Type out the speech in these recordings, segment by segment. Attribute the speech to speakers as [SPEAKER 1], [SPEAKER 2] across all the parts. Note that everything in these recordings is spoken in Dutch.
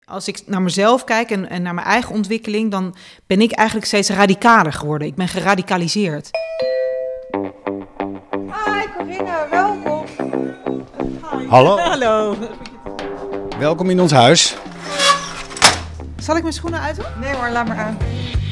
[SPEAKER 1] Als ik naar mezelf kijk en naar mijn eigen ontwikkeling, dan ben ik eigenlijk steeds radicaler geworden. Ik ben geradicaliseerd.
[SPEAKER 2] Hi Corinne, welkom.
[SPEAKER 3] Hi. Hallo.
[SPEAKER 1] Hallo.
[SPEAKER 3] Welkom in ons huis.
[SPEAKER 1] Zal ik mijn schoenen uitdoen?
[SPEAKER 2] Nee hoor, laat maar aan.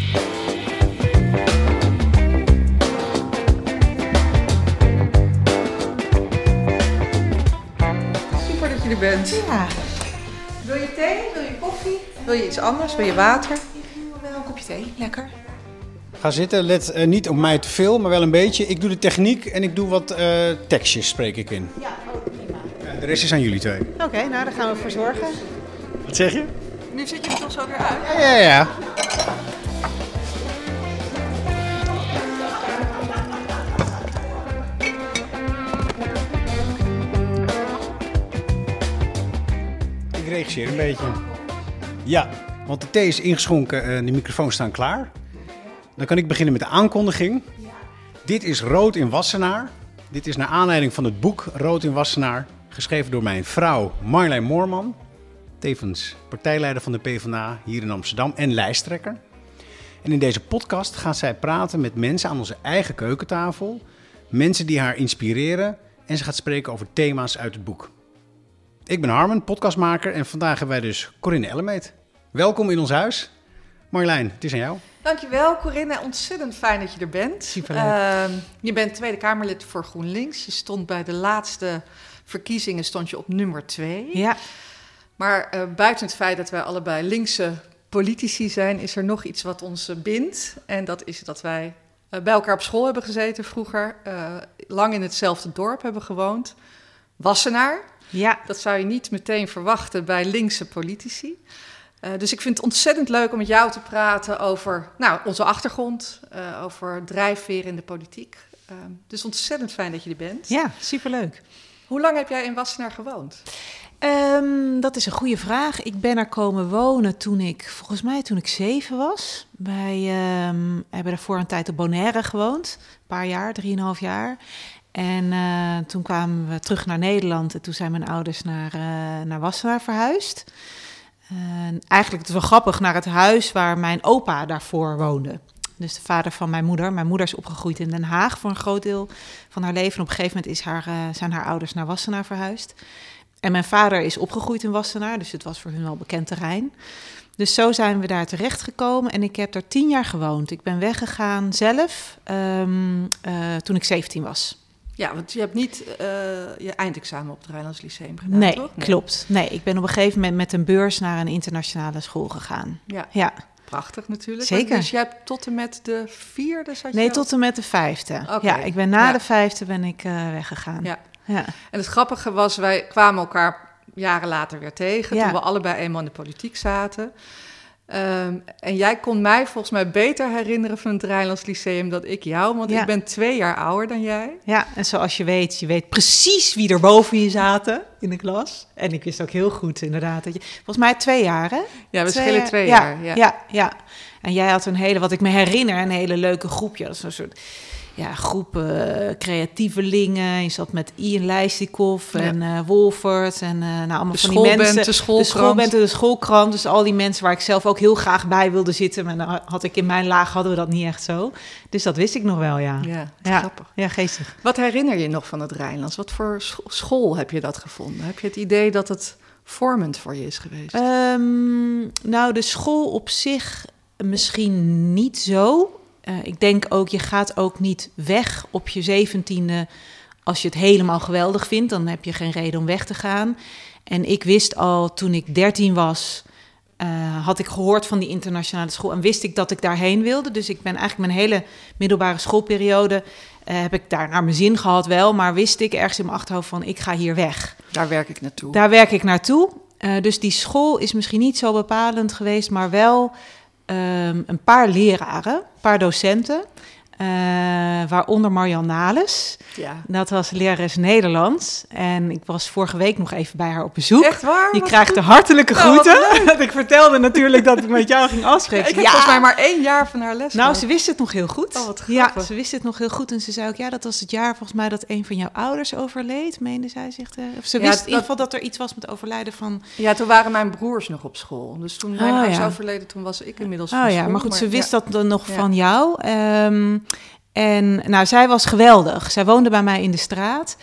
[SPEAKER 2] Super dat je er bent.
[SPEAKER 1] Ja.
[SPEAKER 2] Wil je thee? Wil je koffie? Wil je iets anders? Wil je water? Ik wil wel een kopje thee. Lekker.
[SPEAKER 3] Ga zitten. Let niet op mij te veel, maar wel een beetje. Ik doe de techniek en ik doe wat tekstjes, spreek ik in.
[SPEAKER 1] Ja, prima.
[SPEAKER 3] Ja, de rest is aan jullie twee.
[SPEAKER 1] Oké, nou daar gaan we voor zorgen.
[SPEAKER 3] Wat zeg je?
[SPEAKER 2] Nu zet je er toch zo weer uit?
[SPEAKER 3] Ja. Ik regisseer een beetje. Ja, want de thee is ingeschonken en de microfoons staan klaar. Dan kan ik beginnen met de aankondiging. Dit is Rood in Wassenaar. Dit is naar aanleiding van het boek Rood in Wassenaar, geschreven door mijn vrouw Marjolein Moorman. Tevens partijleider van de PvdA hier in Amsterdam en lijsttrekker. En in deze podcast gaat zij praten met mensen aan onze eigen keukentafel. Mensen die haar inspireren en ze gaat spreken over thema's uit het boek. Ik ben Harmen, podcastmaker en vandaag hebben wij dus Corinne Ellemeet. Welkom in ons huis. Marjolein, het is aan jou.
[SPEAKER 2] Dankjewel Corinne, ontzettend fijn dat je er bent.
[SPEAKER 1] Superleuk.
[SPEAKER 2] Je bent Tweede Kamerlid voor GroenLinks. Je stond bij de laatste verkiezingen op nummer 2.
[SPEAKER 1] Ja.
[SPEAKER 2] Maar buiten het feit dat wij allebei linkse politici zijn, is er nog iets wat ons bindt. En dat is dat wij bij elkaar op school hebben gezeten vroeger. Lang in hetzelfde dorp hebben gewoond. Wassenaar.
[SPEAKER 1] Ja.
[SPEAKER 2] Dat zou je niet meteen verwachten bij linkse politici. Dus ik vind het ontzettend leuk om met jou te praten over onze achtergrond, over drijfveren in de politiek. Dus ontzettend fijn dat je er bent.
[SPEAKER 1] Ja, superleuk.
[SPEAKER 2] Hoe lang heb jij in Wassenaar gewoond?
[SPEAKER 1] Dat is een goede vraag. Ik ben er komen wonen toen ik 7 was. Wij hebben daarvoor een tijd op Bonaire gewoond. Een paar jaar, 3,5 jaar. En toen kwamen we terug naar Nederland en toen zijn mijn ouders naar Wassenaar verhuisd. Eigenlijk, het is wel grappig, naar het huis waar mijn opa daarvoor woonde. Dus de vader van mijn moeder. Mijn moeder is opgegroeid in Den Haag voor een groot deel van haar leven. En op een gegeven moment zijn haar ouders naar Wassenaar verhuisd. En mijn vader is opgegroeid in Wassenaar, dus het was voor hun wel bekend terrein. Dus zo zijn we daar terechtgekomen en ik heb daar 10 jaar gewoond. Ik ben weggegaan zelf toen ik 17 was.
[SPEAKER 2] Ja, want je hebt niet je eindexamen op het Rijnlands Lyceum gedaan,
[SPEAKER 1] Nee,
[SPEAKER 2] toch? Nee,
[SPEAKER 1] klopt. Nee, ik ben op een gegeven moment met een beurs naar een internationale school gegaan. Ja.
[SPEAKER 2] Prachtig natuurlijk.
[SPEAKER 1] Zeker.
[SPEAKER 2] Dus je hebt tot en met de 4e...
[SPEAKER 1] Nee, tot en met de 5e.
[SPEAKER 2] Okay.
[SPEAKER 1] Ja, ik ben na de 5e ben ik weggegaan.
[SPEAKER 2] Ja.
[SPEAKER 1] Ja.
[SPEAKER 2] En het grappige was, wij kwamen elkaar jaren later weer tegen, toen we allebei eenmaal in de politiek zaten. En jij kon mij volgens mij beter herinneren van het Rijnlands Lyceum dan ik jou, want ik ben 2 jaar ouder dan jij.
[SPEAKER 1] Ja, en zoals je weet precies wie er boven je zaten in de klas. En ik wist ook heel goed inderdaad dat je... Volgens mij 2 jaar, hè?
[SPEAKER 2] Ja, we schillen 2 jaar.
[SPEAKER 1] Ja. En jij had een hele, wat ik me herinner, een hele leuke groepje. Dat is een soort... groep creatievelingen. Je zat met Ian Lijstikov en Wolfert en allemaal van die mensen.
[SPEAKER 2] De schoolkrant.
[SPEAKER 1] De schoolkrant. Dus al die mensen waar ik zelf ook heel graag bij wilde zitten. Maar dan had ik in mijn laag hadden we dat niet echt zo. Dus dat wist ik nog wel, ja.
[SPEAKER 2] Ja, grappig.
[SPEAKER 1] Ja, geestig.
[SPEAKER 2] Wat herinner je nog van het Rijnlands? Wat voor school heb je dat gevonden? Heb je het idee dat het vormend voor je is geweest?
[SPEAKER 1] De school op zich misschien niet zo. Ik denk ook, je gaat ook niet weg op je 17e als je het helemaal geweldig vindt. Dan heb je geen reden om weg te gaan. En ik wist al, toen ik 13 was, had ik gehoord van die internationale school en wist ik dat ik daarheen wilde. Dus ik ben eigenlijk mijn hele middelbare schoolperiode, heb ik daar naar mijn zin gehad wel, maar wist ik ergens in mijn achterhoofd van, ik ga hier weg.
[SPEAKER 2] Daar werk ik naartoe.
[SPEAKER 1] Daar werk ik naartoe. Dus die school is misschien niet zo bepalend geweest, maar wel een paar leraren, een paar docenten. waaronder Marjan Nales.
[SPEAKER 2] Ja.
[SPEAKER 1] Dat was lerares Nederlands. En ik was vorige week nog even bij haar op bezoek.
[SPEAKER 2] Echt waar?
[SPEAKER 1] Je
[SPEAKER 2] Wat
[SPEAKER 1] krijgt
[SPEAKER 2] goed.
[SPEAKER 1] de hartelijke
[SPEAKER 2] Nou, wat
[SPEAKER 1] groeten. Want ik vertelde natuurlijk dat ik met jou ging afspreken.
[SPEAKER 2] Ik heb volgens mij maar 1 jaar van haar les
[SPEAKER 1] Nou,
[SPEAKER 2] gehad.
[SPEAKER 1] ze wist het nog heel goed.
[SPEAKER 2] Oh, wat
[SPEAKER 1] ja,
[SPEAKER 2] grappig.
[SPEAKER 1] ze wist het nog heel goed. En ze zei ook, ja, dat was het jaar volgens mij dat een van jouw ouders overleed, meende zij zich. Of ze wist in ieder geval dat er iets was met overlijden van...
[SPEAKER 2] Ja, toen waren mijn broers nog op school. Dus toen mijn ouders
[SPEAKER 1] ja.
[SPEAKER 2] overleden, toen was ik inmiddels van
[SPEAKER 1] Oh
[SPEAKER 2] school.
[SPEAKER 1] ja, maar goed, ze wist dat dan nog
[SPEAKER 2] Ja.
[SPEAKER 1] van jou. En nou, zij was geweldig. Zij woonde bij mij in de straat.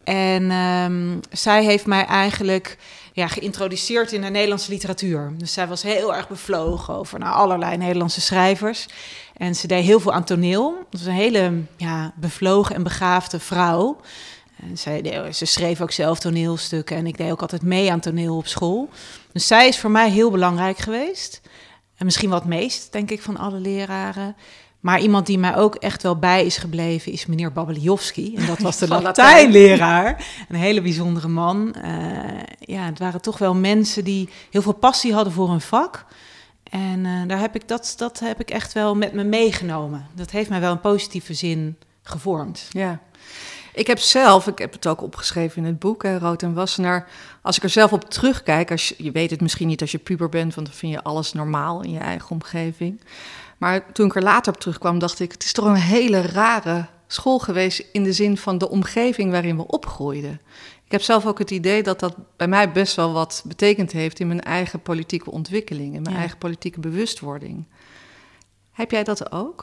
[SPEAKER 1] En zij heeft mij eigenlijk geïntroduceerd in de Nederlandse literatuur. Dus zij was heel erg bevlogen over allerlei Nederlandse schrijvers. En ze deed heel veel aan toneel. Dat was een hele bevlogen en begaafde vrouw. En ze schreef ook zelf toneelstukken. En ik deed ook altijd mee aan toneel op school. Dus zij is voor mij heel belangrijk geweest. En misschien wel het meest, denk ik, van alle leraren. Maar iemand die mij ook echt wel bij is gebleven is meneer Babeljowski. En dat was de
[SPEAKER 2] Van
[SPEAKER 1] Latijnleraar. Een hele bijzondere man. Het waren toch wel mensen die heel veel passie hadden voor hun vak. En dat heb ik echt wel met me meegenomen. Dat heeft mij wel in positieve zin gevormd.
[SPEAKER 2] Ja. Ik heb het ook opgeschreven in het boek, Rood en Wassenaar. Als ik er zelf op terugkijk, je weet het misschien niet als je puber bent, want dan vind je alles normaal in je eigen omgeving. Maar toen ik er later op terugkwam, dacht ik, het is toch een hele rare school geweest in de zin van de omgeving waarin we opgroeiden. Ik heb zelf ook het idee dat dat bij mij best wel wat betekend heeft in mijn eigen politieke ontwikkeling, in mijn eigen politieke bewustwording. Heb jij dat ook?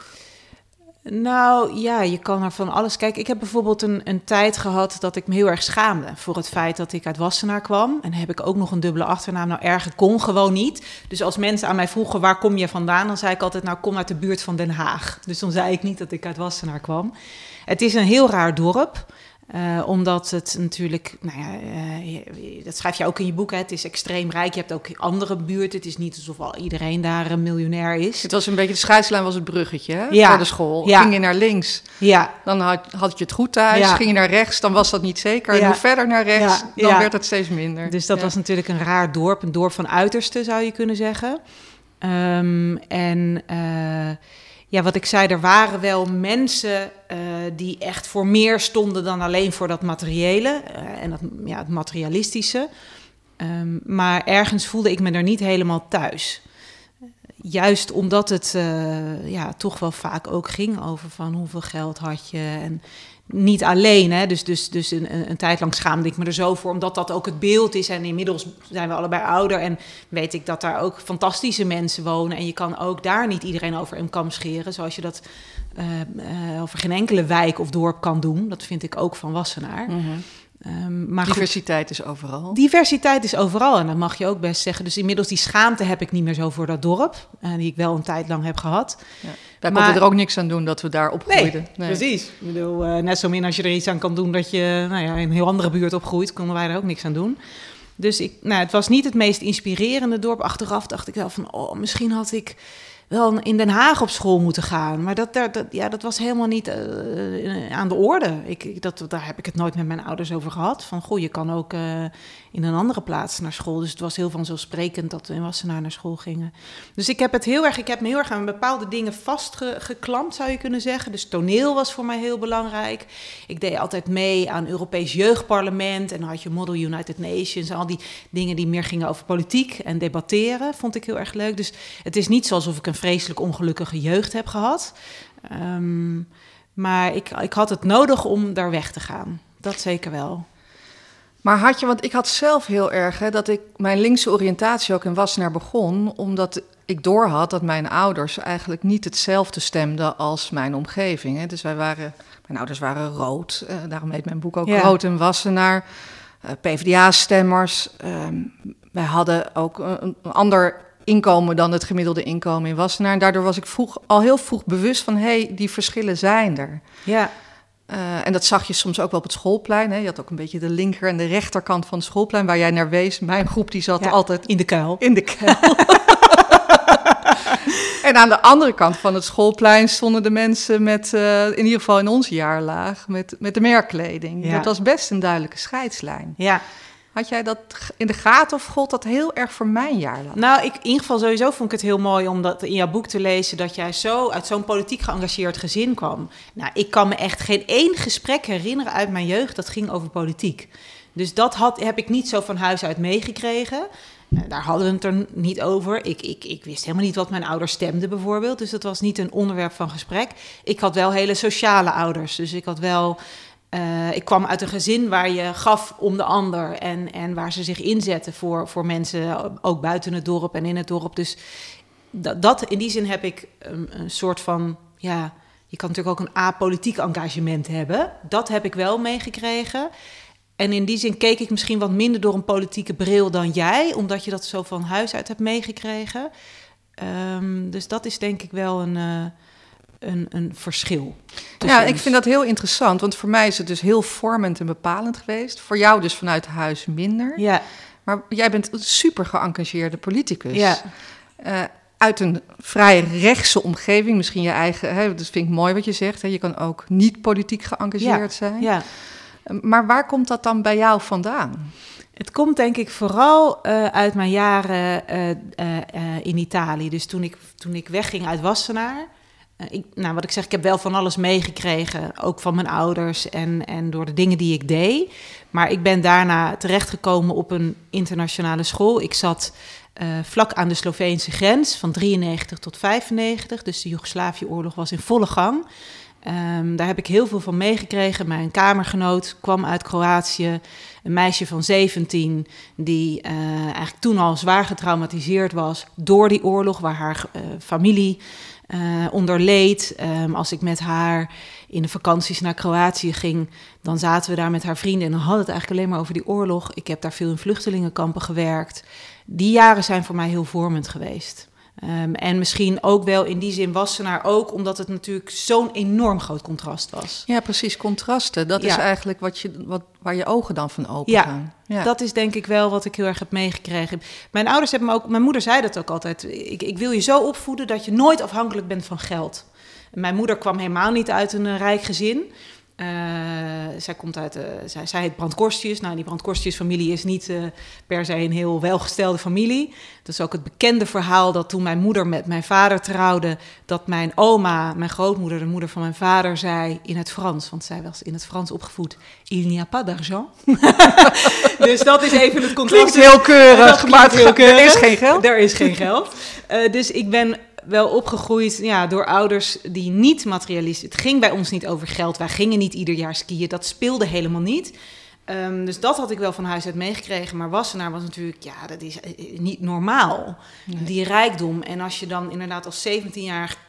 [SPEAKER 1] Nou ja, je kan er van alles... Kijk, ik heb bijvoorbeeld een tijd gehad dat ik me heel erg schaamde voor het feit dat ik uit Wassenaar kwam. En dan heb ik ook nog een dubbele achternaam. Nou, erger kon gewoon niet. Dus als mensen aan mij vroegen, waar kom je vandaan? Dan zei ik altijd, nou, kom uit de buurt van Den Haag. Dus dan zei ik niet dat ik uit Wassenaar kwam. Het is een heel raar dorp. Omdat het natuurlijk, dat schrijf je ook in je boek, hè, het is extreem rijk. Je hebt ook andere buurten. Het is niet alsof al iedereen daar een miljonair is.
[SPEAKER 2] Het was een beetje, de scheidslijn was het bruggetje, hè?
[SPEAKER 1] Ja.
[SPEAKER 2] Naar de school.
[SPEAKER 1] Ja.
[SPEAKER 2] Ging je naar links,
[SPEAKER 1] Ja,
[SPEAKER 2] dan had je het goed thuis.
[SPEAKER 1] Ja.
[SPEAKER 2] Ging je naar rechts, dan was dat niet zeker. En
[SPEAKER 1] Ja.
[SPEAKER 2] hoe verder naar rechts,
[SPEAKER 1] Ja.
[SPEAKER 2] dan
[SPEAKER 1] Ja.
[SPEAKER 2] werd het steeds minder.
[SPEAKER 1] dus dat was natuurlijk een raar dorp. Een dorp van uitersten, zou je kunnen zeggen. Wat ik zei, er waren wel mensen die echt voor meer stonden dan alleen voor dat materiële en het materialistische. Maar ergens voelde ik me er niet helemaal thuis. Juist omdat het toch wel vaak ook ging over van hoeveel geld had je en niet alleen, hè? Dus een tijd lang schaamde ik me er zo voor, omdat dat ook het beeld is. En inmiddels zijn we allebei ouder en weet ik dat daar ook fantastische mensen wonen. En je kan ook daar niet iedereen over een kam scheren, zoals je dat over geen enkele wijk of dorp kan doen. Dat vind ik ook van Wassenaar.
[SPEAKER 2] Mm-hmm.
[SPEAKER 1] Maar goed,
[SPEAKER 2] Diversiteit is overal.
[SPEAKER 1] diversiteit is overal en dat mag je ook best zeggen. Dus inmiddels die schaamte heb ik niet meer zo voor dat dorp, die ik wel een tijd lang heb gehad.
[SPEAKER 2] Ja. Wij konden er ook niks aan doen dat we daar opgroeiden.
[SPEAKER 1] Nee, precies. Ik bedoel, net zo min als je er iets aan kan doen dat je in een heel andere buurt opgroeit, konden wij er ook niks aan doen. Dus het was niet het meest inspirerende dorp. Achteraf dacht ik wel van, misschien had ik wel in Den Haag op school moeten gaan. Maar dat was helemaal niet aan de orde. Daar heb ik het nooit met mijn ouders over gehad. Van, je kan ook in een andere plaats naar school. Dus het was heel vanzelfsprekend dat we in Wassenaar naar school gingen. Dus ik heb me heel erg aan bepaalde dingen vastgeklampt, zou je kunnen zeggen. Dus toneel was voor mij heel belangrijk. Ik deed altijd mee aan Europees Jeugdparlement. En dan had je Model United Nations. En al die dingen die meer gingen over politiek en debatteren, vond ik heel erg leuk. Dus het is niet alsof ik een vreselijk ongelukkige jeugd heb gehad. Maar ik had het nodig om daar weg te gaan. Dat zeker wel.
[SPEAKER 2] Maar want ik had zelf heel erg dat ik mijn linkse oriëntatie ook in Wassenaar begon, omdat ik doorhad dat mijn ouders eigenlijk niet hetzelfde stemden als mijn omgeving. Hè. Dus mijn ouders waren rood, daarom heet mijn boek ook Rood en Wassenaar. PvdA-stemmers. Wij hadden ook een ander inkomen dan het gemiddelde inkomen in Wassenaar. En daardoor was ik al heel vroeg bewust van, die verschillen zijn er.
[SPEAKER 1] Ja.
[SPEAKER 2] En dat zag je soms ook wel op het schoolplein. Hè. Je had ook een beetje de linker en de rechterkant van het schoolplein waar jij naar wees. Mijn groep die zat altijd
[SPEAKER 1] in de kuil.
[SPEAKER 2] In de kuil. En aan de andere kant van het schoolplein stonden de mensen met, in ieder geval in onze jaarlaag, met de merkkleding.
[SPEAKER 1] Ja.
[SPEAKER 2] Dat was best een duidelijke scheidslijn.
[SPEAKER 1] Ja.
[SPEAKER 2] Had jij dat in de gaten of gold dat heel erg voor mijn jaarlag?
[SPEAKER 1] Nou, in ieder geval sowieso vond ik het heel mooi om dat in jouw boek te lezen, dat jij zo uit zo'n politiek geëngageerd gezin kwam. Nou, ik kan me echt geen één gesprek herinneren uit mijn jeugd dat ging over politiek. Dus dat heb ik niet zo van huis uit meegekregen. Daar hadden we het er niet over. Ik wist helemaal niet wat mijn ouders stemden bijvoorbeeld. Dus dat was niet een onderwerp van gesprek. Ik had wel hele sociale ouders. Dus ik had wel... ik kwam uit een gezin waar je gaf om de ander. En waar ze zich inzetten voor mensen, ook buiten het dorp en in het dorp. Dus dat in die zin heb ik een soort van... ja, je kan natuurlijk ook een apolitiek engagement hebben. Dat heb ik wel meegekregen. En in die zin keek ik misschien wat minder door een politieke bril dan jij, omdat je dat zo van huis uit hebt meegekregen. Dus dat is denk ik wel een verschil.
[SPEAKER 2] Ja, ik vind dat heel interessant, want voor mij is het dus heel vormend en bepalend geweest. Voor jou dus vanuit huis minder.
[SPEAKER 1] Ja.
[SPEAKER 2] Maar jij bent een super geëngageerde politicus.
[SPEAKER 1] Ja.
[SPEAKER 2] Uit een vrij rechtse omgeving, misschien je eigen... Hè, dat vind ik mooi wat je zegt. Hè, je kan ook niet politiek geëngageerd zijn.
[SPEAKER 1] Ja.
[SPEAKER 2] Maar waar komt dat dan bij jou vandaan?
[SPEAKER 1] Het komt denk ik vooral uit mijn jaren in Italië. Dus toen ik wegging uit Wassenaar... wat ik zeg, ik heb wel van alles meegekregen. Ook van mijn ouders en door de dingen die ik deed. Maar ik ben daarna terechtgekomen op een internationale school. Ik zat vlak aan de Sloveense grens van 93 tot 95. Dus de Joegoslavië-oorlog was in volle gang. Daar heb ik heel veel van meegekregen. Mijn kamergenoot kwam uit Kroatië. Een meisje van 17 die eigenlijk toen al zwaar getraumatiseerd was door die oorlog, waar haar familie onder leed. Als ik met haar in de vakanties naar Kroatië ging, dan zaten we daar met haar vrienden en dan hadden we het eigenlijk alleen maar over die oorlog. Ik heb daar veel in vluchtelingenkampen gewerkt. Die jaren zijn voor mij heel vormend geweest. En misschien ook wel in die zin Wassenaar ook, omdat het natuurlijk zo'n enorm groot contrast was.
[SPEAKER 2] Ja, precies, contrasten. Dat is eigenlijk waar je ogen dan van open gaan.
[SPEAKER 1] Ja, dat is denk ik wel wat ik heel erg heb meegekregen. Mijn ouders hebben me ook, mijn moeder zei dat ook altijd. Ik wil je zo opvoeden dat je nooit afhankelijk bent van geld. Mijn moeder kwam helemaal niet uit een rijk gezin. Zij komt uit, zij heet Brandkorstjes. Nou, die Brandkorstjes-familie is niet per se een heel welgestelde familie. Dat is ook het bekende verhaal dat toen mijn moeder met mijn vader trouwde, dat mijn oma, mijn grootmoeder, de moeder van mijn vader, zei in het Frans, want zij was in het Frans opgevoed, il n'y a pas d'argent. Dus dat is even het contrast.
[SPEAKER 2] Klinkt heel keurig, maar
[SPEAKER 1] er
[SPEAKER 2] is geen geld.
[SPEAKER 1] Er is geen geld. Dus ik ben wel opgegroeid door ouders die niet materialistisch... Het ging bij ons niet over geld. Wij gingen niet ieder jaar skiën. Dat speelde helemaal niet. Dus dat had ik wel van huis uit meegekregen. Maar Wassenaar was natuurlijk... Ja, dat is niet normaal. Nee. Die rijkdom. En als je dan inderdaad als 17-jarig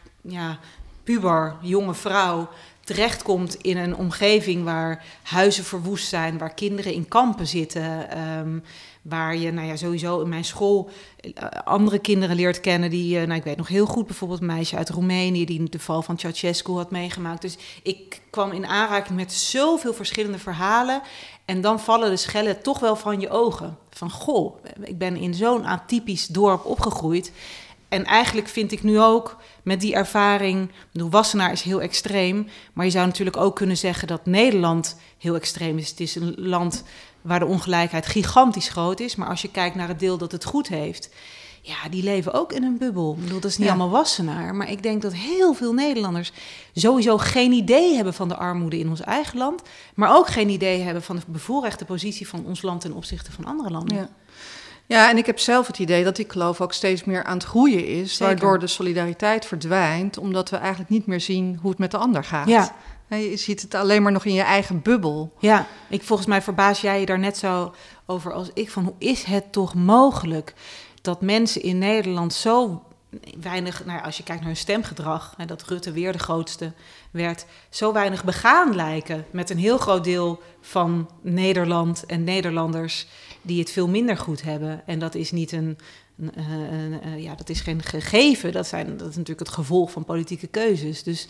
[SPEAKER 1] puber, jonge vrouw terechtkomt in een omgeving waar huizen verwoest zijn, waar kinderen in kampen zitten, waar je sowieso in mijn school andere kinderen leert kennen die, ik weet nog heel goed bijvoorbeeld een meisje uit Roemenië die de val van Ceausescu had meegemaakt. Dus ik kwam in aanraking met zoveel verschillende verhalen en dan vallen de schellen toch wel van je ogen. Van goh, ik ben in zo'n atypisch dorp opgegroeid. En eigenlijk vind ik nu ook met die ervaring, Wassenaar is heel extreem, maar je zou natuurlijk ook kunnen zeggen dat Nederland heel extreem is. Het is een land waar de ongelijkheid gigantisch groot is, maar als je kijkt naar het deel dat het goed heeft, ja, die leven ook in een bubbel. Ik bedoel, dat is niet allemaal Wassenaar, maar ik denk dat heel veel Nederlanders sowieso geen idee hebben van de armoede in ons eigen land, maar ook geen idee hebben van de bevoorrechte positie van ons land ten opzichte van andere landen.
[SPEAKER 2] Ja. Ja, en ik heb zelf het idee dat die kloof ook steeds meer aan het groeien is. Zeker. Waardoor de solidariteit verdwijnt, omdat we eigenlijk niet meer zien hoe het met de ander gaat. Ja. Je ziet het alleen maar nog in je eigen bubbel.
[SPEAKER 1] Ja, volgens mij verbaas jij je daar net zo over als ik. Van hoe is het toch mogelijk dat mensen in Nederland zo weinig, als je kijkt naar hun stemgedrag, dat Rutte weer de grootste werd, zo weinig begaan lijken met een heel groot deel van Nederland en Nederlanders die het veel minder goed hebben. En dat is niet dat is geen gegeven. Dat is natuurlijk het gevolg van politieke keuzes. Dus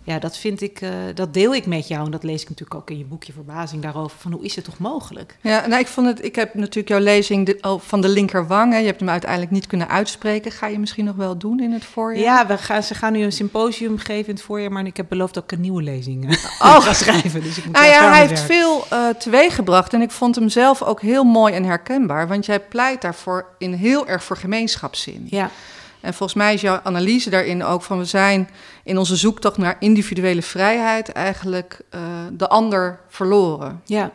[SPEAKER 1] Ja, dat vind ik, dat deel ik met jou. En dat lees ik natuurlijk ook in je boekje Verbazing daarover. Van hoe is het toch mogelijk?
[SPEAKER 2] Ja, nou, ik heb natuurlijk jouw lezing van de linkerwang. Hè. Je hebt hem uiteindelijk niet kunnen uitspreken. Ga je misschien nog wel doen in het voorjaar?
[SPEAKER 1] Ja, ze gaan nu een symposium geven in het voorjaar. Maar ik heb beloofd dat ik een nieuwe lezing ga schrijven. Dus ik moet
[SPEAKER 2] hij heeft veel teweeggebracht. En ik vond hem zelf ook heel mooi en herkenbaar. Want jij pleit daarvoor heel erg voor gemeenschapszin.
[SPEAKER 1] Ja.
[SPEAKER 2] En volgens mij is jouw analyse daarin ook van... we zijn in onze zoektocht naar individuele vrijheid eigenlijk de ander verloren.
[SPEAKER 1] Ja.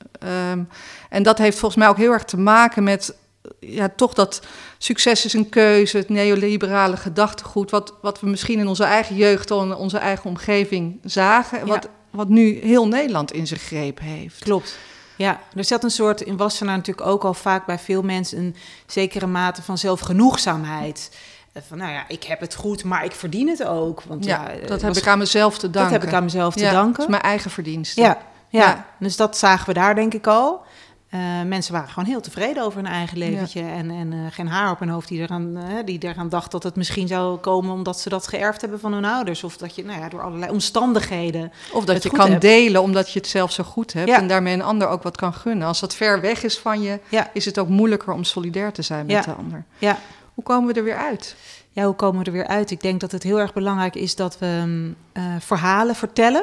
[SPEAKER 2] En dat heeft volgens mij ook heel erg te maken met... toch dat succes is een keuze, het neoliberale gedachtegoed... wat we misschien in onze eigen jeugd al in onze eigen omgeving zagen...
[SPEAKER 1] Ja.
[SPEAKER 2] Wat nu heel Nederland in zijn greep heeft.
[SPEAKER 1] Klopt. Ja, er zat een soort, in Wassenaar natuurlijk ook al vaak bij veel mensen... een zekere mate van zelfgenoegzaamheid. Van, nou ja, ik heb het goed, maar ik verdien het ook. Want
[SPEAKER 2] dat heb ik aan mezelf te danken.
[SPEAKER 1] Dat heb ik aan mezelf te danken.
[SPEAKER 2] Dat is mijn eigen verdienste.
[SPEAKER 1] Ja, dus dat zagen we daar denk ik al. Mensen waren gewoon heel tevreden over hun eigen leventje... en geen haar op hun hoofd die eraan dacht dat het misschien zou komen... omdat ze dat geërfd hebben van hun ouders. Of dat je door allerlei omstandigheden...
[SPEAKER 2] Of dat je kan delen omdat je het zelf zo goed hebt... en daarmee een ander ook wat kan gunnen. Als dat ver weg is van je... is het ook moeilijker om solidair te zijn met de ander.
[SPEAKER 1] Ja.
[SPEAKER 2] Hoe komen we er weer uit?
[SPEAKER 1] Ja, hoe komen we er weer uit? Ik denk dat het heel erg belangrijk is dat we verhalen vertellen...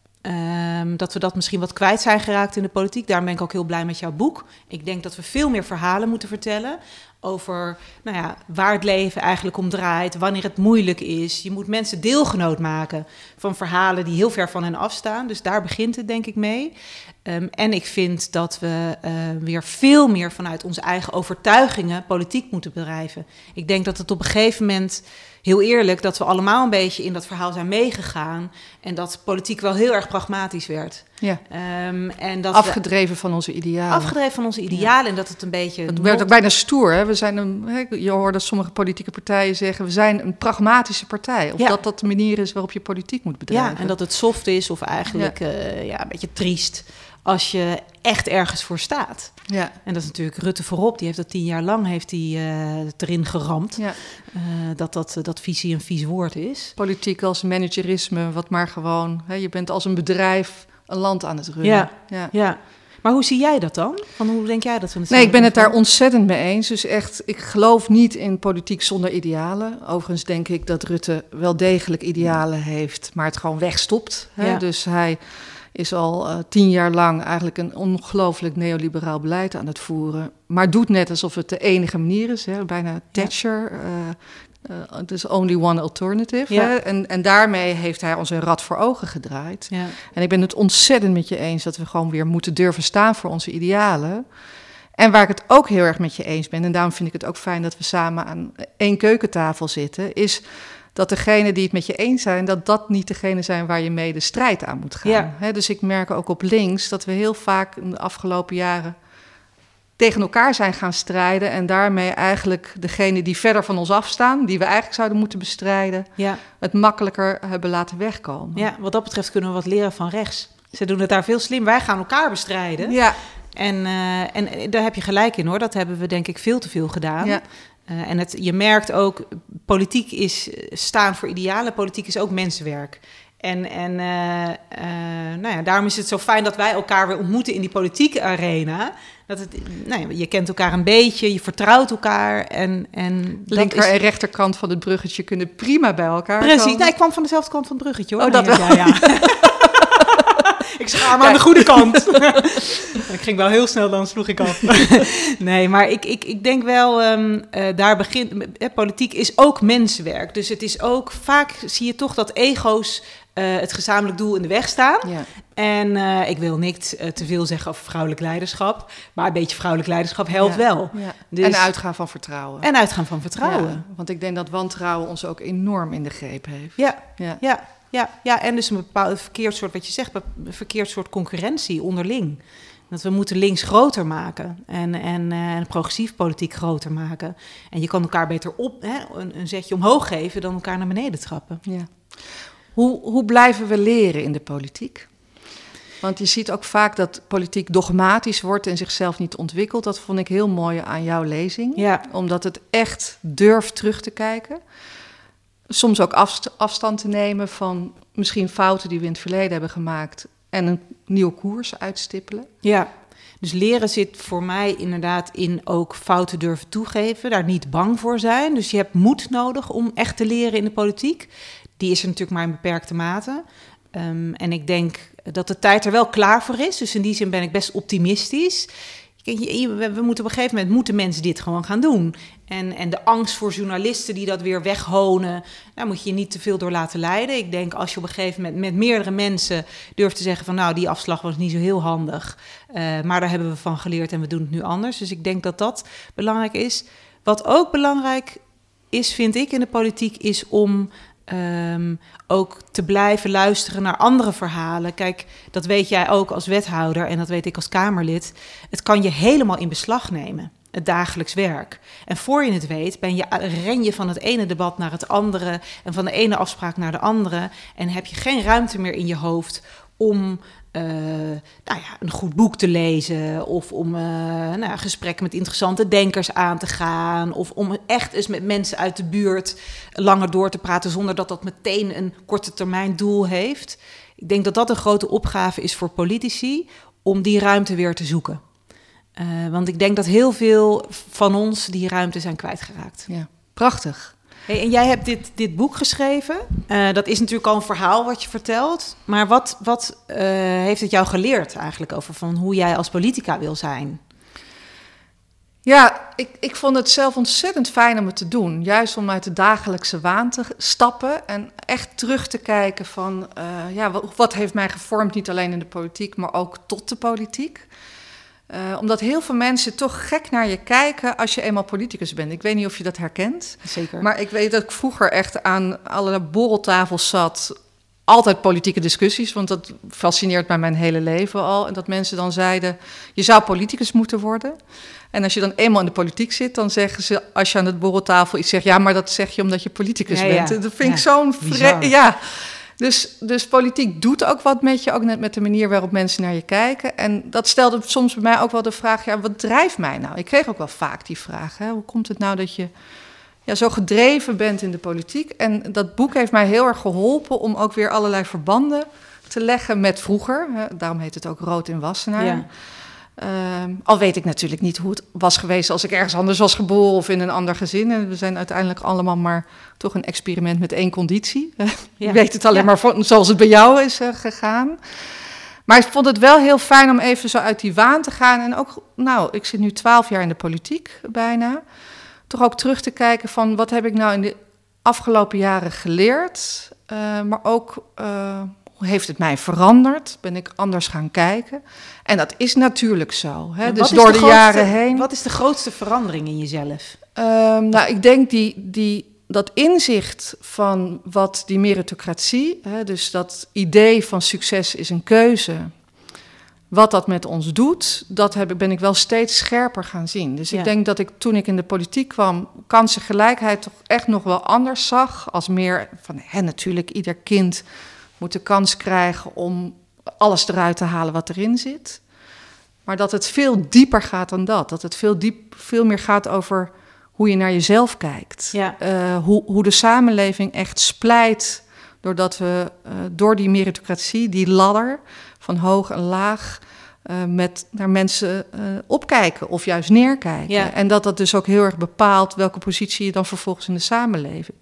[SPEAKER 1] dat we dat misschien wat kwijt zijn geraakt in de politiek. Daarom ben ik ook heel blij met jouw boek. Ik denk dat we veel meer verhalen moeten vertellen... over waar het leven eigenlijk om draait... wanneer het moeilijk is. Je moet mensen deelgenoot maken van verhalen... die heel ver van hen afstaan. Dus daar begint het denk ik mee. En ik vind dat we weer veel meer vanuit onze eigen overtuigingen... politiek moeten bedrijven. Ik denk dat het op een gegeven moment... heel eerlijk, dat we allemaal een beetje in dat verhaal zijn meegegaan... en dat politiek wel heel erg pragmatisch werd.
[SPEAKER 2] Ja.
[SPEAKER 1] En dat
[SPEAKER 2] afgedreven van onze idealen.
[SPEAKER 1] Afgedreven van onze idealen en dat het een beetje...
[SPEAKER 2] Het werd ook bijna stoer. Hè? Je hoort dat sommige politieke partijen zeggen... we zijn een pragmatische partij. Of dat de manier is waarop je politiek moet bedrijven.
[SPEAKER 1] Ja, en dat het soft is of eigenlijk een beetje triest... als je echt ergens voor staat.
[SPEAKER 2] Ja.
[SPEAKER 1] En dat is natuurlijk Rutte voorop. Die heeft dat 10 jaar lang het erin geramd. Ja. Dat visie een vies woord is.
[SPEAKER 2] Politiek als managerisme, wat maar gewoon... je bent als een bedrijf een land aan het runnen.
[SPEAKER 1] Ja. Maar hoe zie jij dat dan? Hoe denk jij dat we het
[SPEAKER 2] Nee, ik ben het daar ontzettend mee eens. Dus echt, ik geloof niet in politiek zonder idealen. Overigens denk ik dat Rutte wel degelijk idealen heeft... maar het gewoon wegstopt. Ja. Dus hij... is al 10 jaar lang eigenlijk een ongelooflijk neoliberaal beleid aan het voeren. Maar doet net alsof het de enige manier is. Hè? Bijna Thatcher. There's only one alternative.
[SPEAKER 1] Ja.
[SPEAKER 2] Hè? En daarmee heeft hij ons een rad voor ogen gedraaid.
[SPEAKER 1] Ja.
[SPEAKER 2] En ik ben het ontzettend met je eens... dat we gewoon weer moeten durven staan voor onze idealen. En waar ik het ook heel erg met je eens ben... en daarom vind ik het ook fijn dat we samen aan 1 keukentafel zitten... is... dat degenen die het met je eens zijn... dat niet degene zijn waar je mee de strijd aan moet gaan. Ja. Dus ik merk ook op links dat we heel vaak in de afgelopen jaren... tegen elkaar zijn gaan strijden... en daarmee eigenlijk degene die verder van ons afstaan... die we eigenlijk zouden moeten bestrijden... het makkelijker hebben laten wegkomen.
[SPEAKER 1] Ja, wat dat betreft kunnen we wat leren van rechts. Ze doen het daar veel slim. Wij gaan elkaar bestrijden.
[SPEAKER 2] Ja.
[SPEAKER 1] En daar heb je gelijk in, hoor. Dat hebben we denk ik veel te veel gedaan. Ja. En je merkt ook, politiek is staan voor idealen. Politiek is ook mensenwerk. En daarom is het zo fijn dat wij elkaar weer ontmoeten in die politieke arena. Je kent elkaar een beetje, je vertrouwt elkaar. En
[SPEAKER 2] linker en rechterkant van het bruggetje kunnen prima bij elkaar
[SPEAKER 1] Precies,
[SPEAKER 2] komen.
[SPEAKER 1] Nee, ik kwam van dezelfde kant van het bruggetje, hoor.
[SPEAKER 2] Oh, dat wel.
[SPEAKER 1] Ja. Ik schaam me aan de goede kant. Ik ging wel heel snel, dan sloeg ik af. Nee, maar ik denk wel, daar begint... politiek is ook mensenwerk. Dus het is ook, vaak zie je toch dat ego's het gezamenlijk doel in de weg staan. Ja. En ik wil niet te veel zeggen over vrouwelijk leiderschap. Maar een beetje vrouwelijk leiderschap helpt wel. Ja.
[SPEAKER 2] Dus, en uitgaan van vertrouwen.
[SPEAKER 1] Ja,
[SPEAKER 2] want ik denk dat wantrouwen ons ook enorm in de greep heeft.
[SPEAKER 1] Ja, en dus een bepaald verkeerd soort, wat je zegt, een verkeerd soort concurrentie onderling. Dat we moeten links groter maken en progressief politiek groter maken. En je kan elkaar beter een zetje omhoog geven dan elkaar naar beneden trappen.
[SPEAKER 2] Ja. Hoe blijven we leren in de politiek? Want je ziet ook vaak dat politiek dogmatisch wordt en zichzelf niet ontwikkelt. Dat vond ik heel mooi aan jouw lezing.
[SPEAKER 1] Ja.
[SPEAKER 2] Omdat het echt durft terug te kijken. soms ook afstand te nemen van misschien fouten die we in het verleden hebben gemaakt en een nieuwe koers uitstippelen.
[SPEAKER 1] Ja, dus leren zit voor mij inderdaad in ook fouten durven toegeven, daar niet bang voor zijn. Dus je hebt moed nodig om echt te leren in de politiek. Die is er natuurlijk maar in beperkte mate. En ik denk dat de tijd er wel klaar voor is. Dus in die zin ben ik best optimistisch. We moeten op een gegeven moment mensen dit gewoon gaan doen. En de angst voor journalisten die dat weer weghonen, daar moet je je niet te veel door laten leiden. Ik denk als je op een gegeven moment met meerdere mensen durft te zeggen van nou, die afslag was niet zo heel handig. Maar daar hebben we van geleerd en we doen het nu anders. Dus ik denk dat dat belangrijk is. Wat ook belangrijk is, vind ik, in de politiek, is om ook te blijven luisteren naar andere verhalen. Kijk, dat weet jij ook als wethouder en dat weet ik als Kamerlid. Het kan je helemaal in beslag nemen, het dagelijks werk. En voor je het weet, ren je van het ene debat naar het andere en van de ene afspraak naar de andere en heb je geen ruimte meer in je hoofd om een goed boek te lezen of om gesprekken met interessante denkers aan te gaan of om echt eens met mensen uit de buurt langer door te praten zonder dat dat meteen een korte termijn doel heeft. Ik denk dat dat een grote opgave is voor politici om die ruimte weer te zoeken. Want ik denk dat heel veel van ons die ruimte zijn kwijtgeraakt.
[SPEAKER 2] Ja, prachtig.
[SPEAKER 1] Hey, en jij hebt dit boek geschreven. Dat is natuurlijk al een verhaal wat je vertelt. Maar wat heeft het jou geleerd eigenlijk over van hoe jij als politica wil zijn?
[SPEAKER 2] Ja, ik vond het zelf ontzettend fijn om het te doen. Juist om uit de dagelijkse waan te stappen en echt terug te kijken van wat heeft mij gevormd, niet alleen in de politiek, maar ook tot de politiek. Omdat heel veel mensen toch gek naar je kijken als je eenmaal politicus bent. Ik weet niet of je dat herkent.
[SPEAKER 1] Zeker.
[SPEAKER 2] Maar ik weet dat ik vroeger echt aan alle borreltafels zat. Altijd politieke discussies, want dat fascineert mij mijn hele leven al. En dat mensen dan zeiden, je zou politicus moeten worden. En als je dan eenmaal in de politiek zit, dan zeggen ze, als je aan de borreltafel iets zegt, ja, maar dat zeg je omdat je politicus bent.
[SPEAKER 1] Ja.
[SPEAKER 2] Dat vind ik zo'n... Ja. Dus politiek doet ook wat met je, ook net met de manier waarop mensen naar je kijken. En dat stelde soms bij mij ook wel de vraag, ja, wat drijft mij nou? Ik kreeg ook wel vaak die vraag, hè? Hoe komt het nou dat je zo gedreven bent in de politiek? En dat boek heeft mij heel erg geholpen om ook weer allerlei verbanden te leggen met vroeger. Hè? Daarom heet het ook Rood in Wassenaar. Ja. Al weet ik natuurlijk niet hoe het was geweest als ik ergens anders was geboren of in een ander gezin. En we zijn uiteindelijk allemaal maar toch een experiment met één conditie. Ja. Je weet het alleen maar zoals het bij jou is gegaan. Maar ik vond het wel heel fijn om even zo uit die waan te gaan. En ook, ik zit nu 12 jaar in de politiek bijna. Toch ook terug te kijken van wat heb ik nou in de afgelopen jaren geleerd. Maar ook hoe heeft het mij veranderd? Ben ik anders gaan kijken? En dat is natuurlijk zo. Hè? Dus door de jaren heen.
[SPEAKER 1] Wat is de grootste verandering in jezelf?
[SPEAKER 2] Ik denk dat inzicht van wat die meritocratie, dus dat idee van succes is een keuze, wat dat met ons doet, ben ik wel steeds scherper gaan zien. Dus ik denk dat ik toen ik in de politiek kwam, kansengelijkheid toch echt nog wel anders zag. Als meer van, natuurlijk, ieder kind moet de kans krijgen om alles eruit te halen wat erin zit. Maar dat het veel dieper gaat dan dat. Dat het veel meer gaat over hoe je naar jezelf kijkt. Ja. Hoe de samenleving echt splijt doordat we door die meritocratie, die ladder van hoog en laag, naar mensen opkijken of juist neerkijken. Ja. En dat dus ook heel erg bepaalt welke positie je dan vervolgens in de samenleving.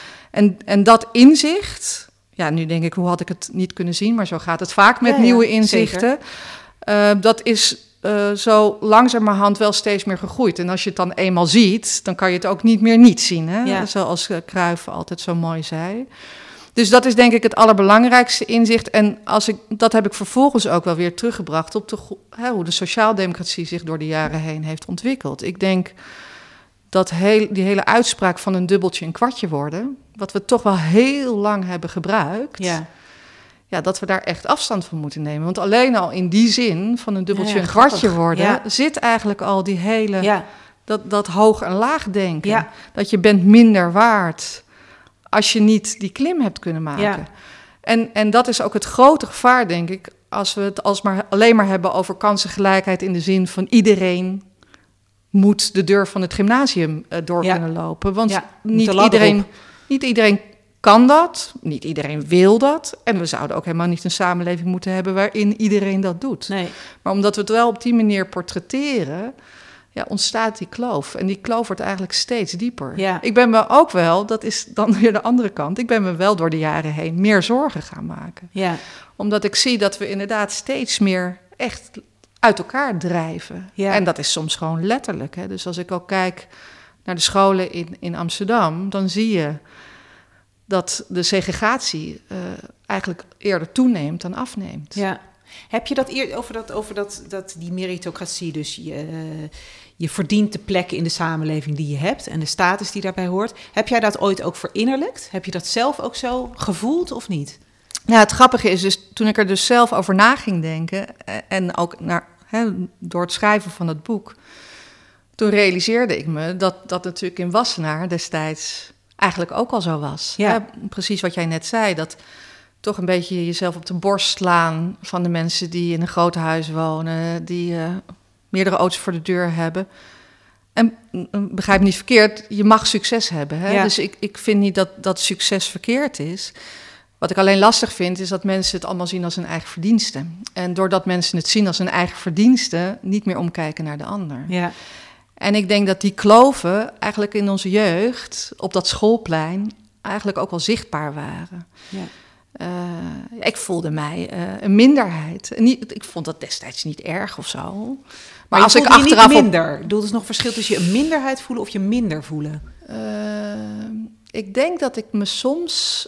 [SPEAKER 2] En dat inzicht, nu denk ik, hoe had ik het niet kunnen zien, maar zo gaat het vaak met nieuwe inzichten. Dat is zo langzamerhand wel steeds meer gegroeid. En als je het dan eenmaal ziet, dan kan je het ook niet meer niet zien. Hè? Ja. Zoals Cruyff altijd zo mooi zei. Dus dat is denk ik het allerbelangrijkste inzicht. En dat heb ik vervolgens ook wel weer teruggebracht op hoe de sociaaldemocratie zich door de jaren heen heeft ontwikkeld. Ik denk dat die hele uitspraak van een dubbeltje een kwartje worden, wat we toch wel heel lang hebben gebruikt, dat we daar echt afstand van moeten nemen. Want alleen al in die zin van een dubbeltje een kwartje worden, zit eigenlijk al die hele, dat hoog en laag denken. Ja. Dat je bent minder waard als je niet die klim hebt kunnen maken. Ja. En dat is ook het grote gevaar, denk ik, als we het alleen maar hebben over kansengelijkheid in de zin van iedereen moet de deur van het gymnasium door kunnen lopen. Want niet iedereen kan dat, niet iedereen wil dat. En we zouden ook helemaal niet een samenleving moeten hebben waarin iedereen dat doet.
[SPEAKER 1] Nee.
[SPEAKER 2] Maar omdat we het wel op die manier portretteren, ontstaat die kloof. En die kloof wordt eigenlijk steeds dieper.
[SPEAKER 1] Ja.
[SPEAKER 2] Ik ben me ook wel, dat is dan weer de andere kant, ik ben me wel door de jaren heen meer zorgen gaan maken.
[SPEAKER 1] Ja.
[SPEAKER 2] Omdat ik zie dat we inderdaad steeds meer echt uit elkaar drijven.
[SPEAKER 1] Ja.
[SPEAKER 2] En dat is soms gewoon letterlijk. Hè? Dus als ik ook kijk naar de scholen in Amsterdam, dan zie je dat de segregatie eigenlijk eerder toeneemt dan afneemt.
[SPEAKER 1] Ja. Heb je dat over die meritocratie, dus je verdient de plek in de samenleving die je hebt en de status die daarbij hoort. Heb jij dat ooit ook verinnerlijkt? Heb je dat zelf ook zo gevoeld of niet?
[SPEAKER 2] Ja, het grappige is dus, toen ik er dus zelf over na ging denken en ook door het schrijven van het boek, toen realiseerde ik me dat natuurlijk in Wassenaar destijds eigenlijk ook al zo was.
[SPEAKER 1] Ja.
[SPEAKER 2] Hè? Precies wat jij net zei, dat toch een beetje jezelf op de borst slaan van de mensen die in een groot huis wonen, die meerdere auto's voor de deur hebben. En begrijp me niet verkeerd, je mag succes hebben. Hè?
[SPEAKER 1] Ja.
[SPEAKER 2] Dus ik vind niet dat succes verkeerd is. Wat ik alleen lastig vind, is dat mensen het allemaal zien als hun eigen verdienste. En doordat mensen het zien als hun eigen verdienste, niet meer omkijken naar de ander.
[SPEAKER 1] Ja.
[SPEAKER 2] En ik denk dat die kloven eigenlijk in onze jeugd, op dat schoolplein, eigenlijk ook wel zichtbaar waren.
[SPEAKER 1] Ja.
[SPEAKER 2] Ik voelde mij een minderheid. Ik vond dat destijds niet erg of zo. Maar als ik achteraf
[SPEAKER 1] niet minder. Ik bedoel, er is nog verschil tussen je een minderheid voelen of je minder voelen.
[SPEAKER 2] Ik denk dat ik me soms,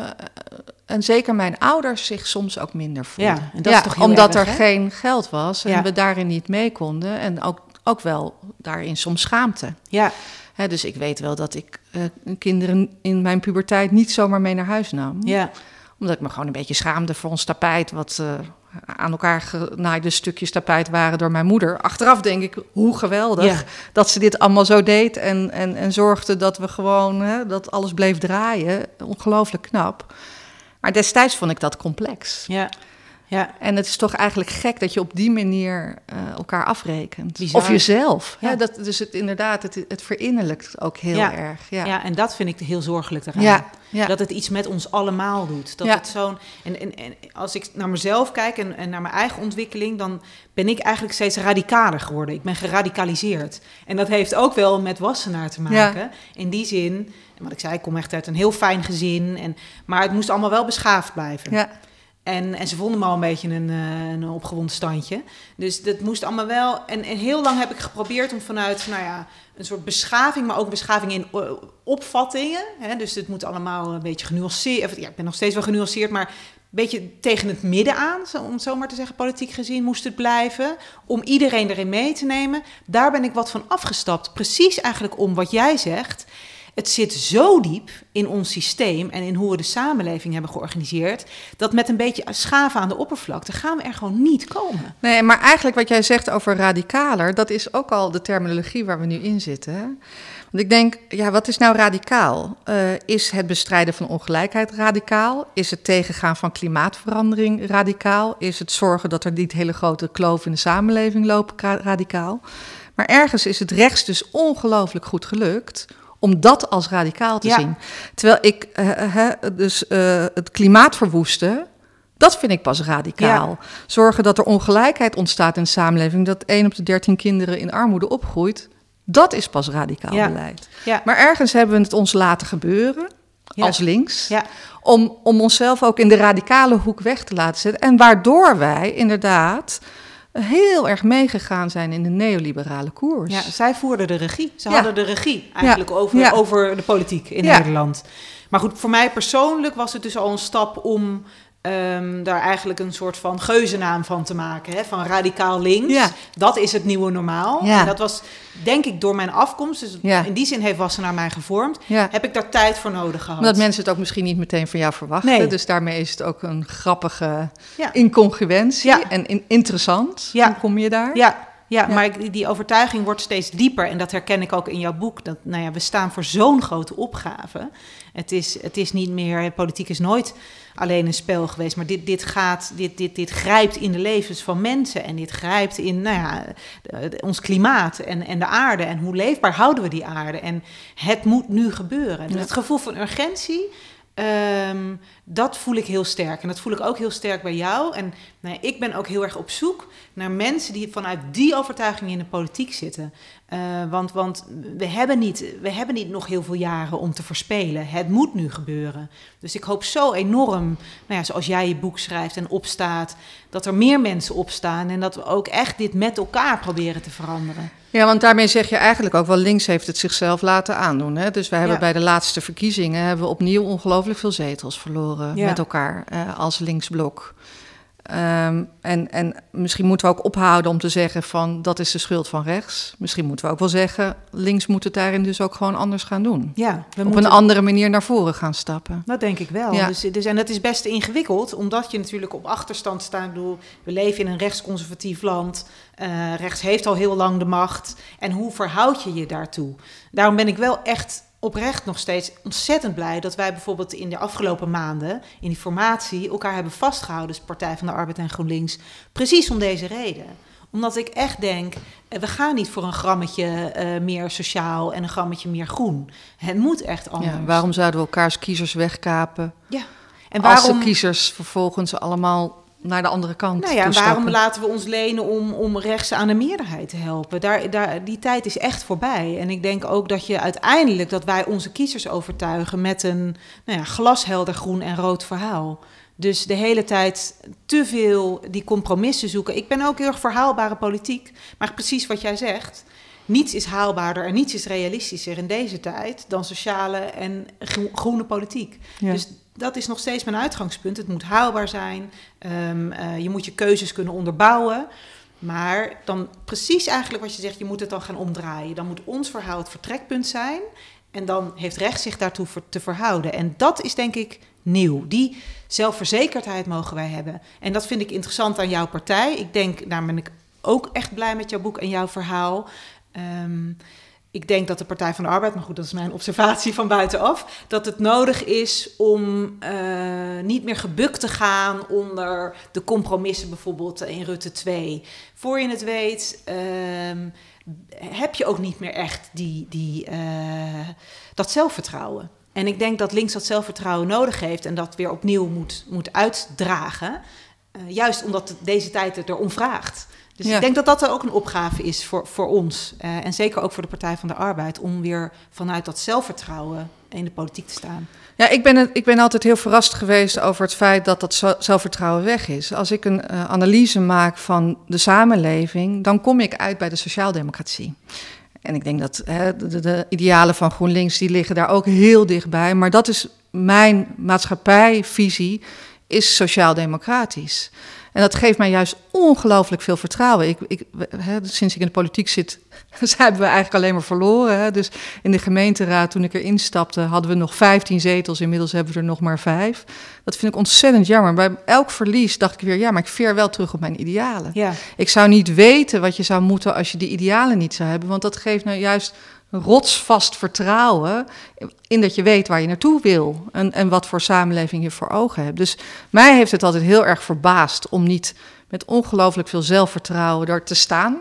[SPEAKER 2] en zeker mijn ouders, zich soms ook minder voelden.
[SPEAKER 1] Ja, en dat is toch heel
[SPEAKER 2] omdat
[SPEAKER 1] erg,
[SPEAKER 2] er
[SPEAKER 1] hè?
[SPEAKER 2] geen geld was en
[SPEAKER 1] Ja.
[SPEAKER 2] we daarin niet mee konden. En ook wel daarin soms schaamte.
[SPEAKER 1] Ja,
[SPEAKER 2] Hè, dus ik weet wel dat ik kinderen in mijn puberteit niet zomaar mee naar huis nam.
[SPEAKER 1] ja,
[SPEAKER 2] Omdat ik me gewoon een beetje schaamde voor ons tapijt, wat aan elkaar genaaide stukjes tapijt waren door mijn moeder. Achteraf denk ik, hoe geweldig
[SPEAKER 1] Ja.
[SPEAKER 2] dat ze dit allemaal zo deed en zorgde dat we gewoon, dat alles bleef draaien. Ongelooflijk knap. Maar destijds vond ik dat complex.
[SPEAKER 1] ja. Ja,
[SPEAKER 2] En het is toch eigenlijk gek dat je op die manier elkaar afrekent.
[SPEAKER 1] Bizar.
[SPEAKER 2] Of jezelf.
[SPEAKER 1] Ja.
[SPEAKER 2] Ja, dus het verinnerlijkt ook heel
[SPEAKER 1] Ja.
[SPEAKER 2] erg.
[SPEAKER 1] ja.
[SPEAKER 2] Ja.
[SPEAKER 1] En dat vind ik heel zorgelijk eraan.
[SPEAKER 2] Ja.
[SPEAKER 1] Dat het iets met ons allemaal doet. Dat
[SPEAKER 2] Ja.
[SPEAKER 1] het zo'n. En als ik naar mezelf kijk en naar mijn eigen ontwikkeling, dan ben ik eigenlijk steeds radicaler geworden. Ik ben geradicaliseerd. En dat heeft ook wel met Wassenaar te maken.
[SPEAKER 2] Ja.
[SPEAKER 1] In die zin, wat ik zei, ik kom echt uit een heel fijn gezin. Maar het moest allemaal wel beschaafd blijven.
[SPEAKER 2] Ja.
[SPEAKER 1] En ze vonden me al een beetje een opgewonden standje. Dus dat moest allemaal wel. En heel lang heb ik geprobeerd om vanuit een soort beschaving, maar ook beschaving in opvattingen. Hè? Dus het moet allemaal een beetje genuanceerd. Ja, ik ben nog steeds wel genuanceerd, maar een beetje tegen het midden aan, om het zo maar te zeggen, politiek gezien, moest het blijven. Om iedereen erin mee te nemen. Daar ben ik wat van afgestapt. Precies eigenlijk om wat jij zegt. Het zit zo diep in ons systeem en in hoe we de samenleving hebben georganiseerd, dat met een beetje schaven aan de oppervlakte gaan we er gewoon niet komen.
[SPEAKER 2] Nee, maar eigenlijk wat jij zegt over radicaler, dat is ook al de terminologie waar we nu in zitten. Hè? Want ik denk, wat is nou radicaal? Is het bestrijden van ongelijkheid radicaal? Is het tegengaan van klimaatverandering radicaal? Is het zorgen dat er niet hele grote kloven in de samenleving lopen radicaal? Maar ergens is het rechts dus ongelooflijk goed gelukt om dat als radicaal te zien. Terwijl ik het klimaat verwoesten, dat vind ik pas radicaal.
[SPEAKER 1] Ja.
[SPEAKER 2] Zorgen dat er ongelijkheid ontstaat in de samenleving, dat 1 op de 13 kinderen in armoede opgroeit, dat is pas radicaal beleid.
[SPEAKER 1] Ja.
[SPEAKER 2] Maar ergens hebben we het ons laten gebeuren, als links,
[SPEAKER 1] Ja.
[SPEAKER 2] om onszelf ook in de radicale hoek weg te laten zetten. En waardoor wij inderdaad heel erg meegegaan zijn in de neoliberale koers.
[SPEAKER 1] Ja, zij voerden de regie. Ze
[SPEAKER 2] Ja.
[SPEAKER 1] hadden de regie eigenlijk over de politiek in Nederland. Maar goed, voor mij persoonlijk was het dus al een stap om daar eigenlijk een soort van geuzennaam van te maken. Hè? Van radicaal links.
[SPEAKER 2] Ja.
[SPEAKER 1] Dat is het nieuwe normaal.
[SPEAKER 2] Ja.
[SPEAKER 1] En dat was, denk ik, door mijn afkomst. Dus in die zin heeft Wassenaar mij gevormd.
[SPEAKER 2] Ja.
[SPEAKER 1] Heb ik daar tijd voor nodig gehad.
[SPEAKER 2] Omdat mensen het ook misschien niet meteen van jou verwachten.
[SPEAKER 1] Nee.
[SPEAKER 2] Dus daarmee is het ook een grappige
[SPEAKER 1] Ja.
[SPEAKER 2] incongruentie.
[SPEAKER 1] Ja.
[SPEAKER 2] En interessant.
[SPEAKER 1] Ja.
[SPEAKER 2] Hoe kom je daar?
[SPEAKER 1] Ja, maar die overtuiging wordt steeds dieper. En dat herken ik ook in jouw boek. Dat, we staan voor zo'n grote opgave. Het is niet meer, politiek is nooit alleen een spel geweest. Maar dit grijpt in de levens van mensen. En dit grijpt in ons klimaat en de aarde. En hoe leefbaar houden we die aarde? En het moet nu gebeuren. Dus het gevoel van urgentie Dat voel ik heel sterk. En dat voel ik ook heel sterk bij jou. En ik ben ook heel erg op zoek naar mensen die vanuit die overtuiging in de politiek zitten. Want we hebben niet nog heel veel jaren om te verspelen. Het moet nu gebeuren. Dus ik hoop zo enorm, zoals jij je boek schrijft en opstaat, dat er meer mensen opstaan en dat we ook echt dit met elkaar proberen te veranderen.
[SPEAKER 2] Ja, want daarmee zeg je eigenlijk ook wel, links heeft het zichzelf laten aandoen. Hè? Dus wij hebben bij de laatste verkiezingen opnieuw ongelooflijk veel zetels verloren met elkaar als linksblok. En misschien moeten we ook ophouden om te zeggen van dat is de schuld van rechts. Misschien moeten we ook wel zeggen, links moet het daarin dus ook gewoon anders gaan doen.
[SPEAKER 1] Ja,
[SPEAKER 2] op een andere manier naar voren gaan stappen.
[SPEAKER 1] Dat denk ik wel. Ja. Dus, en dat is best ingewikkeld, omdat je natuurlijk op achterstand staat. Ik bedoel, we leven in een rechtsconservatief land. Rechts heeft al heel lang de macht. En hoe verhoud je je daartoe? Daarom ben ik wel echt oprecht nog steeds ontzettend blij dat wij bijvoorbeeld in de afgelopen maanden in die formatie elkaar hebben vastgehouden, dus Partij van de Arbeid en GroenLinks, precies om deze reden. Omdat ik echt denk, we gaan niet voor een grammetje meer sociaal en een grammetje meer groen. Het moet echt anders.
[SPEAKER 2] Ja, waarom zouden we elkaars kiezers wegkapen?
[SPEAKER 1] Ja. En waarom
[SPEAKER 2] als de kiezers vervolgens allemaal naar de andere kant
[SPEAKER 1] waarom laten we ons lenen om rechts aan de meerderheid te helpen? Die tijd is echt voorbij. En ik denk ook dat je uiteindelijk dat wij onze kiezers overtuigen met een glashelder groen en rood verhaal. Dus de hele tijd te veel die compromissen zoeken. Ik ben ook heel erg voor haalbare politiek. Maar precies wat jij zegt, niets is haalbaarder en niets is realistischer in deze tijd dan sociale en groene politiek. Ja. Dus dat is nog steeds mijn uitgangspunt. Het moet haalbaar zijn. Je moet je keuzes kunnen onderbouwen. Maar dan precies eigenlijk wat je zegt, je moet het dan gaan omdraaien. Dan moet ons verhaal het vertrekpunt zijn. En dan heeft rechts zich daartoe te verhouden. En dat is denk ik nieuw. Die zelfverzekerdheid mogen wij hebben. En dat vind ik interessant aan jouw partij. Ik denk, daar ben ik ook echt blij met jouw boek en jouw verhaal. Ik denk dat de Partij van de Arbeid, maar goed, dat is mijn observatie van buitenaf, dat het nodig is om niet meer gebukt te gaan onder de compromissen bijvoorbeeld in Rutte 2. Voor je het weet heb je ook niet meer echt dat zelfvertrouwen. En ik denk dat links dat zelfvertrouwen nodig heeft en dat weer opnieuw moet uitdragen. Juist omdat deze tijd het erom vraagt. Dus ik denk dat dat ook een opgave is voor ons. En zeker ook voor de Partij van de Arbeid. Om weer vanuit dat zelfvertrouwen in de politiek te staan.
[SPEAKER 2] Ja, ik ben altijd heel verrast geweest over het feit dat zelfvertrouwen weg is. Als ik een analyse maak van de samenleving, dan kom ik uit bij de sociaaldemocratie. En ik denk dat de idealen van GroenLinks, die liggen daar ook heel dichtbij. Maar dat is mijn maatschappijvisie, is sociaal-democratisch. En dat geeft mij juist ongelooflijk veel vertrouwen. Sinds ik in de politiek zit, hebben we eigenlijk alleen maar verloren. Hè? Dus in de gemeenteraad, toen ik erin stapte, hadden we nog 15 zetels. Inmiddels hebben we er nog maar 5. Dat vind ik ontzettend jammer. Bij elk verlies dacht ik weer, maar ik veer wel terug op mijn idealen. Ja. Ik zou niet weten wat je zou moeten als je die idealen niet zou hebben. Want dat geeft nou juist rotsvast vertrouwen in dat je weet waar je naartoe wil en wat voor samenleving je voor ogen hebt. Dus mij heeft het altijd heel erg verbaasd om niet met ongelooflijk veel zelfvertrouwen daar te staan.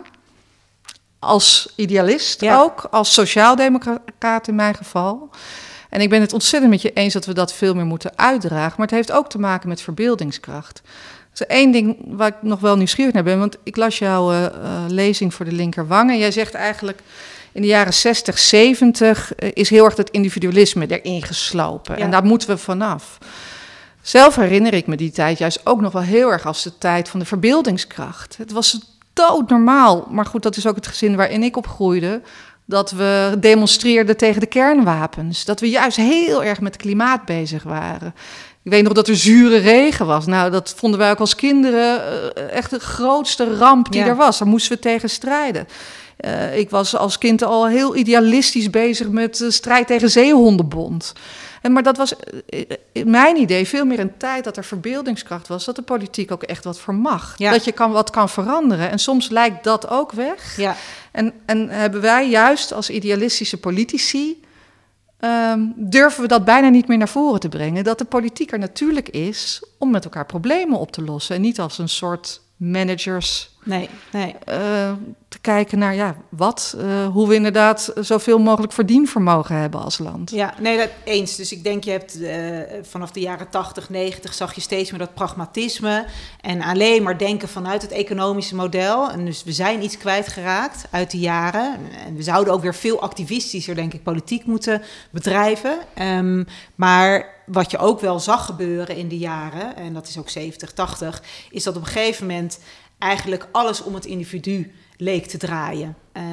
[SPEAKER 2] Als idealist ook, als sociaaldemocraat in mijn geval. En ik ben het ontzettend met je eens dat we dat veel meer moeten uitdragen. Maar het heeft ook te maken met verbeeldingskracht. Dus één ding waar ik nog wel nieuwsgierig naar ben, want ik las jouw lezing voor de linkerwang en jij zegt eigenlijk, in de jaren 60, 70 is heel erg het individualisme erin geslopen. Ja. En daar moeten we vanaf. Zelf herinner ik me die tijd juist ook nog wel heel erg als de tijd van de verbeeldingskracht. Het was doodnormaal. Maar goed, dat is ook het gezin waarin ik opgroeide, dat we demonstreerden tegen de kernwapens. Dat we juist heel erg met klimaat bezig waren. Ik weet nog dat er zure regen was. Nou, dat vonden wij ook als kinderen echt de grootste ramp die er was. Daar moesten we tegen strijden. Ik was als kind al heel idealistisch bezig met de strijd tegen zeehondenbond. Maar dat was in mijn idee veel meer een tijd dat er verbeeldingskracht was, dat de politiek ook echt wat vermag. Ja. Dat je wat kan veranderen. En soms lijkt dat ook weg. Ja. En hebben wij juist als idealistische politici, durven we dat bijna niet meer naar voren te brengen. Dat de politiek er natuurlijk is om met elkaar problemen op te lossen. En niet als een soort managers
[SPEAKER 1] Nee.
[SPEAKER 2] Te kijken naar hoe we inderdaad zoveel mogelijk verdienvermogen hebben als land.
[SPEAKER 1] Ja, nee, dat eens. Dus ik denk, je hebt vanaf de jaren 80, 90 zag je steeds meer dat pragmatisme en alleen maar denken vanuit het economische model. En dus we zijn iets kwijtgeraakt uit die jaren. En we zouden ook weer veel activistischer, denk ik, politiek moeten bedrijven. Maar wat je ook wel zag gebeuren in de jaren, en dat is ook 70, 80, is dat op een gegeven moment eigenlijk alles om het individu leek te draaien.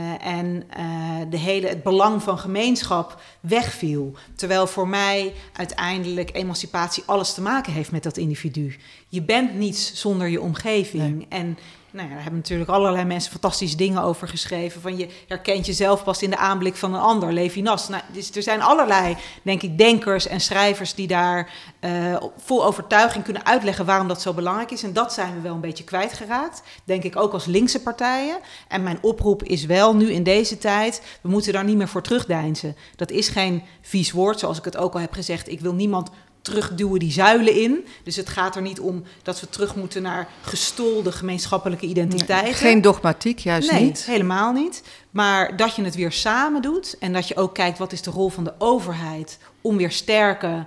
[SPEAKER 1] Het belang van gemeenschap wegviel. Terwijl voor mij uiteindelijk emancipatie alles te maken heeft met dat individu. Je bent niets zonder je omgeving. Nee. En daar hebben natuurlijk allerlei mensen fantastische dingen over geschreven. Van je herkent jezelf pas in de aanblik van een ander, Levinas. Dus er zijn allerlei, denk ik, denkers en schrijvers die daar vol overtuiging kunnen uitleggen waarom dat zo belangrijk is. En dat zijn we wel een beetje kwijtgeraakt. Denk ik ook als linkse partijen. En mijn oproep is wel nu in deze tijd, we moeten daar niet meer voor terugdeinzen. Dat is geen vies woord, zoals ik het ook al heb gezegd. Ik wil niemand terugduwen die zuilen in. Dus het gaat er niet om dat we terug moeten naar gestolde gemeenschappelijke identiteiten.
[SPEAKER 2] Nee, geen dogmatiek, juist niet.
[SPEAKER 1] Nee, helemaal niet. Maar dat je het weer samen doet en dat je ook kijkt wat is de rol van de overheid om weer sterke,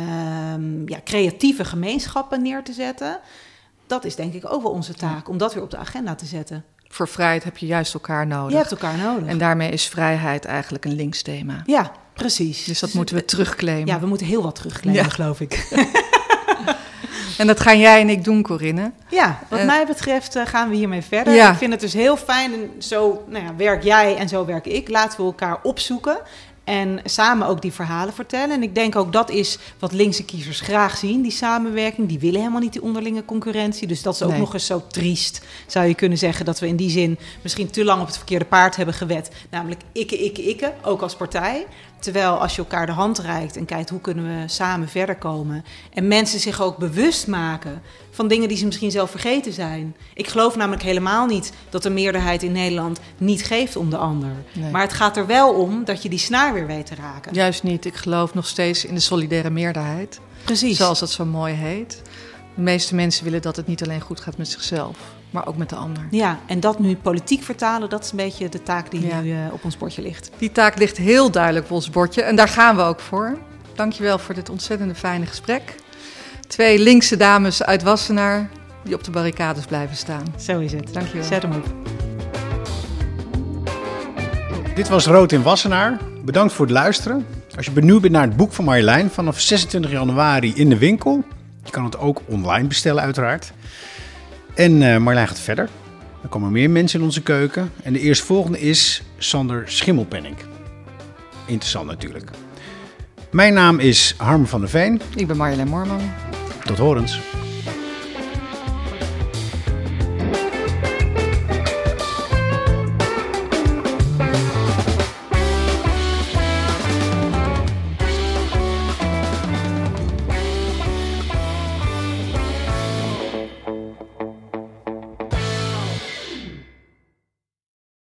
[SPEAKER 1] creatieve gemeenschappen neer te zetten. Dat is denk ik ook wel onze taak, om dat weer op de agenda te zetten.
[SPEAKER 2] Voor vrijheid heb je juist elkaar nodig.
[SPEAKER 1] Je hebt elkaar nodig.
[SPEAKER 2] En daarmee is vrijheid eigenlijk een links thema.
[SPEAKER 1] Ja, precies.
[SPEAKER 2] Dus dat moeten we terugclaimen.
[SPEAKER 1] Ja, we moeten heel wat terugclaimen, geloof ik.
[SPEAKER 2] En dat gaan jij en ik doen, Corinne.
[SPEAKER 1] Ja, wat mij betreft gaan we hiermee verder. Ja. Ik vind het dus heel fijn. En zo werk jij en zo werk ik. Laten we elkaar opzoeken. En samen ook die verhalen vertellen. En ik denk ook dat is wat linkse kiezers graag zien, die samenwerking. Die willen helemaal niet die onderlinge concurrentie. Dus dat is ook nog eens zo triest, zou je kunnen zeggen, dat we in die zin misschien te lang op het verkeerde paard hebben gewed. Namelijk ikke, ook als partij. Terwijl als je elkaar de hand reikt en kijkt hoe kunnen we samen verder komen. En mensen zich ook bewust maken van dingen die ze misschien zelf vergeten zijn. Ik geloof namelijk helemaal niet dat de meerderheid in Nederland niet geeft om de ander. Nee. Maar het gaat er wel om dat je die snaar weer weet te raken.
[SPEAKER 2] Juist niet. Ik geloof nog steeds in de solidaire meerderheid.
[SPEAKER 1] Precies.
[SPEAKER 2] Zoals dat zo mooi heet. De meeste mensen willen dat het niet alleen goed gaat met zichzelf, maar ook met de ander.
[SPEAKER 1] Ja, en dat nu politiek vertalen, dat is een beetje de taak die nu op ons bordje ligt.
[SPEAKER 2] Die taak ligt heel duidelijk op ons bordje en daar gaan we ook voor. Dankjewel voor dit ontzettende fijne gesprek. 2 linkse dames uit Wassenaar die op de barricades blijven staan.
[SPEAKER 1] Zo is het.
[SPEAKER 2] Dankjewel.
[SPEAKER 1] Zet hem op.
[SPEAKER 3] Dit was Rood in Wassenaar. Bedankt voor het luisteren. Als je benieuwd bent naar het boek van Marjolein, vanaf 26 januari in de winkel. Je kan het ook online bestellen uiteraard. En Marjolein gaat verder. Er komen meer mensen in onze keuken. En de eerstvolgende is Sander Schimmelpenninck. Interessant natuurlijk. Mijn naam is Harmen van der Veen.
[SPEAKER 2] Ik ben Marjolein Moorman.
[SPEAKER 3] Tot horens.